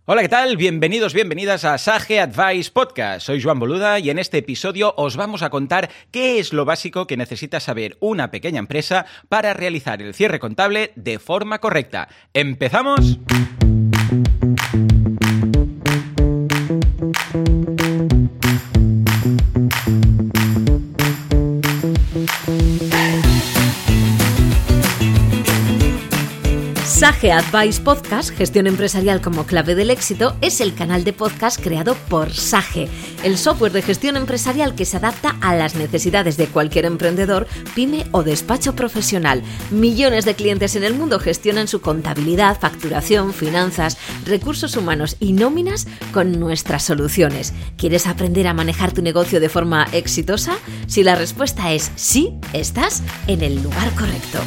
Hola, ¿qué tal? Bienvenidos, bienvenidas a Sage Advice Podcast. Soy Joan Boluda y en este episodio os vamos a contar qué es lo básico que necesita saber una pequeña empresa para realizar el cierre contable de forma correcta. ¡Empezamos! Sage Advice Podcast, gestión empresarial como clave del éxito, es el canal de podcast creado por Sage, el software de gestión empresarial que se adapta a las necesidades de cualquier emprendedor, pyme o despacho profesional. Millones de clientes en el mundo gestionan su contabilidad, facturación, finanzas, recursos humanos y nóminas con nuestras soluciones. ¿Quieres aprender a manejar tu negocio de forma exitosa? Si la respuesta es sí, estás en el lugar correcto.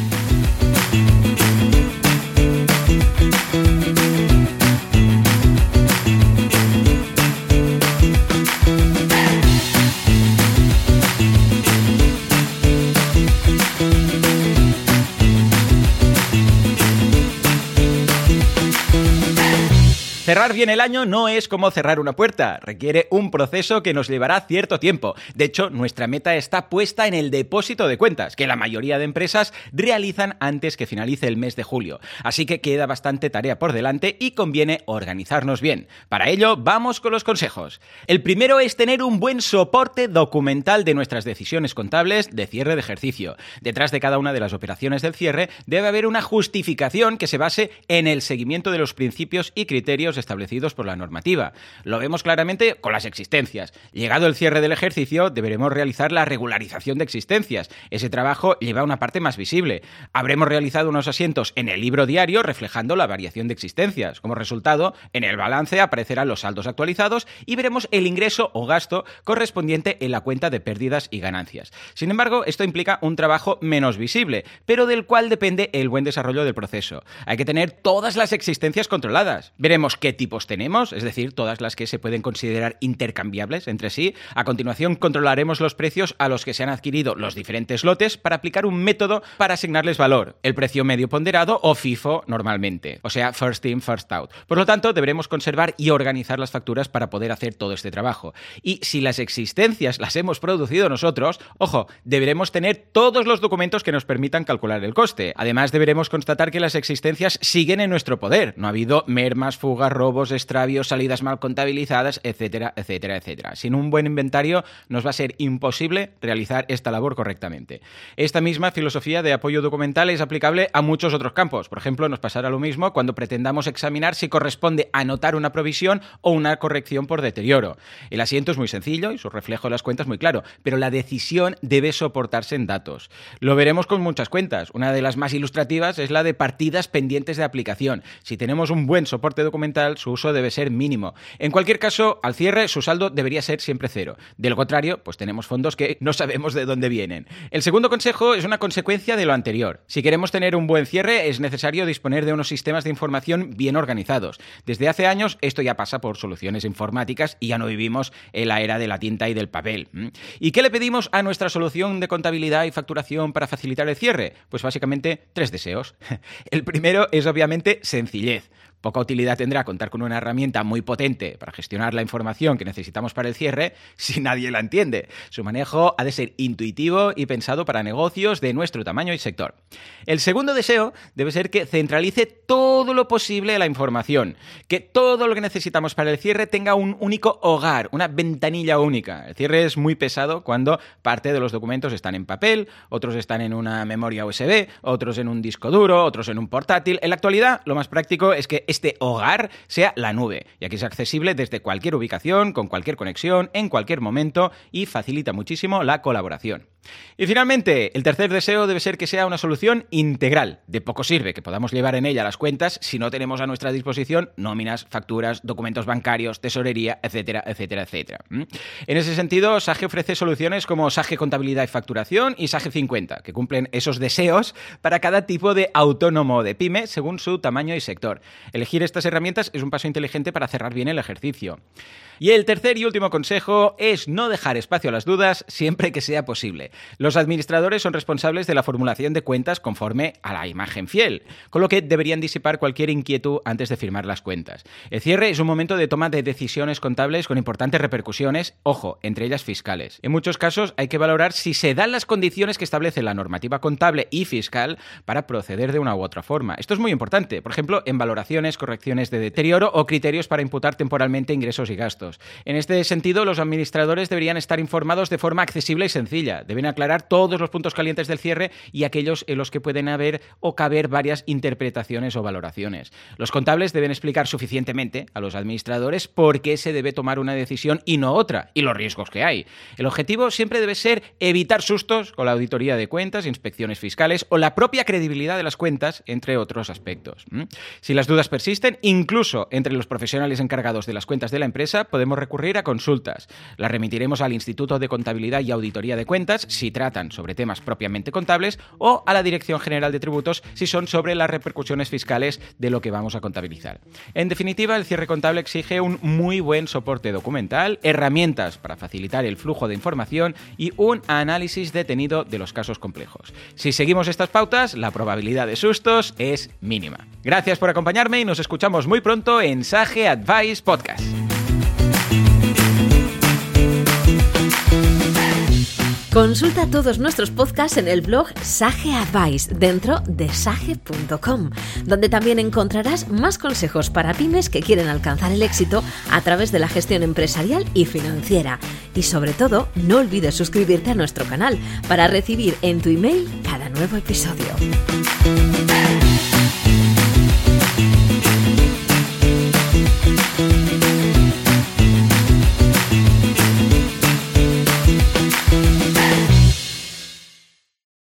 Cerrar bien el año no es como cerrar una puerta, requiere un proceso que nos llevará cierto tiempo. De hecho, nuestra meta está puesta en el depósito de cuentas, que la mayoría de empresas realizan antes que finalice el mes de julio. Así que queda bastante tarea por delante y conviene organizarnos bien. Para ello, vamos con los consejos. El primero es tener un buen soporte documental de nuestras decisiones contables de cierre de ejercicio. Detrás de cada una de las operaciones del cierre debe haber una justificación que se base en el seguimiento de los principios y criterios establecidos por la normativa. Lo vemos claramente con las existencias. Llegado el cierre del ejercicio, deberemos realizar la regularización de existencias. Ese trabajo lleva una parte más visible. Habremos realizado unos asientos en el libro diario reflejando la variación de existencias. Como resultado, en el balance aparecerán los saldos actualizados y veremos el ingreso o gasto correspondiente en la cuenta de pérdidas y ganancias. Sin embargo, esto implica un trabajo menos visible, pero del cual depende el buen desarrollo del proceso. Hay que tener todas las existencias controladas. Veremos qué tipos tenemos, es decir, todas las que se pueden considerar intercambiables entre sí. A continuación, controlaremos los precios a los que se han adquirido los diferentes lotes para aplicar un método para asignarles valor, el precio medio ponderado o FIFO normalmente, o sea, First In, First Out. Por lo tanto, deberemos conservar y organizar las facturas para poder hacer todo este trabajo. Y si las existencias las hemos producido nosotros, ojo, deberemos tener todos los documentos que nos permitan calcular el coste. Además, deberemos constatar que las existencias siguen en nuestro poder. No ha habido mermas, fugas, robos, extravios, salidas mal contabilizadas, etcétera, etcétera, etcétera. Sin un buen inventario nos va a ser imposible realizar esta labor correctamente. Esta misma filosofía de apoyo documental es aplicable a muchos otros campos. Por ejemplo, nos pasará lo mismo cuando pretendamos examinar si corresponde anotar una provisión o una corrección por deterioro. El asiento es muy sencillo y su reflejo en las cuentas muy claro, pero la decisión debe soportarse en datos. Lo veremos con muchas cuentas. Una de las más ilustrativas es la de partidas pendientes de aplicación. Si tenemos un buen soporte documental, su uso debe ser mínimo. En cualquier caso, al cierre su saldo debería ser siempre cero. De lo contrario, pues tenemos fondos que no sabemos de dónde vienen. El segundo consejo es una consecuencia de lo anterior. Si queremos tener un buen cierre, es necesario disponer de unos sistemas de información bien organizados. Desde hace años esto ya pasa por soluciones informáticas y ya no vivimos en la era de la tinta y del papel. ¿Y qué le pedimos a nuestra solución de contabilidad y facturación para facilitar el cierre? Pues básicamente 3 deseos. El primero es obviamente sencillez. Poca utilidad tendrá contar con una herramienta muy potente para gestionar la información que necesitamos para el cierre si nadie la entiende. Su manejo ha de ser intuitivo y pensado para negocios de nuestro tamaño y sector. El segundo deseo debe ser que centralice todo lo posible la información, que todo lo que necesitamos para el cierre tenga un único hogar, una ventanilla única. El cierre es muy pesado cuando parte de los documentos están en papel, otros están en una memoria USB, otros en un disco duro, otros en un portátil. En la actualidad, lo más práctico es que este hogar sea la nube, ya que es accesible desde cualquier ubicación, con cualquier conexión, en cualquier momento y facilita muchísimo la colaboración. Y finalmente, el tercer deseo debe ser que sea una solución integral. De poco sirve que podamos llevar en ella las cuentas si no tenemos a nuestra disposición nóminas, facturas, documentos bancarios, tesorería, etcétera, etcétera, etcétera. En ese sentido, Sage ofrece soluciones como Sage Contabilidad y Facturación y Sage 50, que cumplen esos deseos para cada tipo de autónomo o de pyme según su tamaño y sector. El Elegir estas herramientas es un paso inteligente para cerrar bien el ejercicio. Y el tercer y último consejo es no dejar espacio a las dudas siempre que sea posible. Los administradores son responsables de la formulación de cuentas conforme a la imagen fiel, con lo que deberían disipar cualquier inquietud antes de firmar las cuentas. El cierre es un momento de toma de decisiones contables con importantes repercusiones, ojo, entre ellas fiscales. En muchos casos hay que valorar si se dan las condiciones que establece la normativa contable y fiscal para proceder de una u otra forma. Esto es muy importante, por ejemplo, en valoraciones, correcciones de deterioro o criterios para imputar temporalmente ingresos y gastos. En este sentido, los administradores deberían estar informados de forma accesible y sencilla. Deben aclarar todos los puntos calientes del cierre y aquellos en los que pueden haber o caber varias interpretaciones o valoraciones. Los contables deben explicar suficientemente a los administradores por qué se debe tomar una decisión y no otra, y los riesgos que hay. El objetivo siempre debe ser evitar sustos con la auditoría de cuentas, inspecciones fiscales o la propia credibilidad de las cuentas, entre otros aspectos. Si las dudas persisten, incluso entre los profesionales encargados de las cuentas de la empresa, podemos recurrir a consultas. Las remitiremos al Instituto de Contabilidad y Auditoría de Cuentas si tratan sobre temas propiamente contables o a la Dirección General de Tributos si son sobre las repercusiones fiscales de lo que vamos a contabilizar. En definitiva, el cierre contable exige un muy buen soporte documental, herramientas para facilitar el flujo de información y un análisis detenido de los casos complejos. Si seguimos estas pautas, la probabilidad de sustos es mínima. Gracias por acompañarme y nos escuchamos muy pronto en Sage Advice Podcast. Consulta todos nuestros podcasts en el blog Sage Advice dentro de sage.com, donde también encontrarás más consejos para pymes que quieren alcanzar el éxito a través de la gestión empresarial y financiera. Y sobre todo, no olvides suscribirte a nuestro canal para recibir en tu email cada nuevo episodio.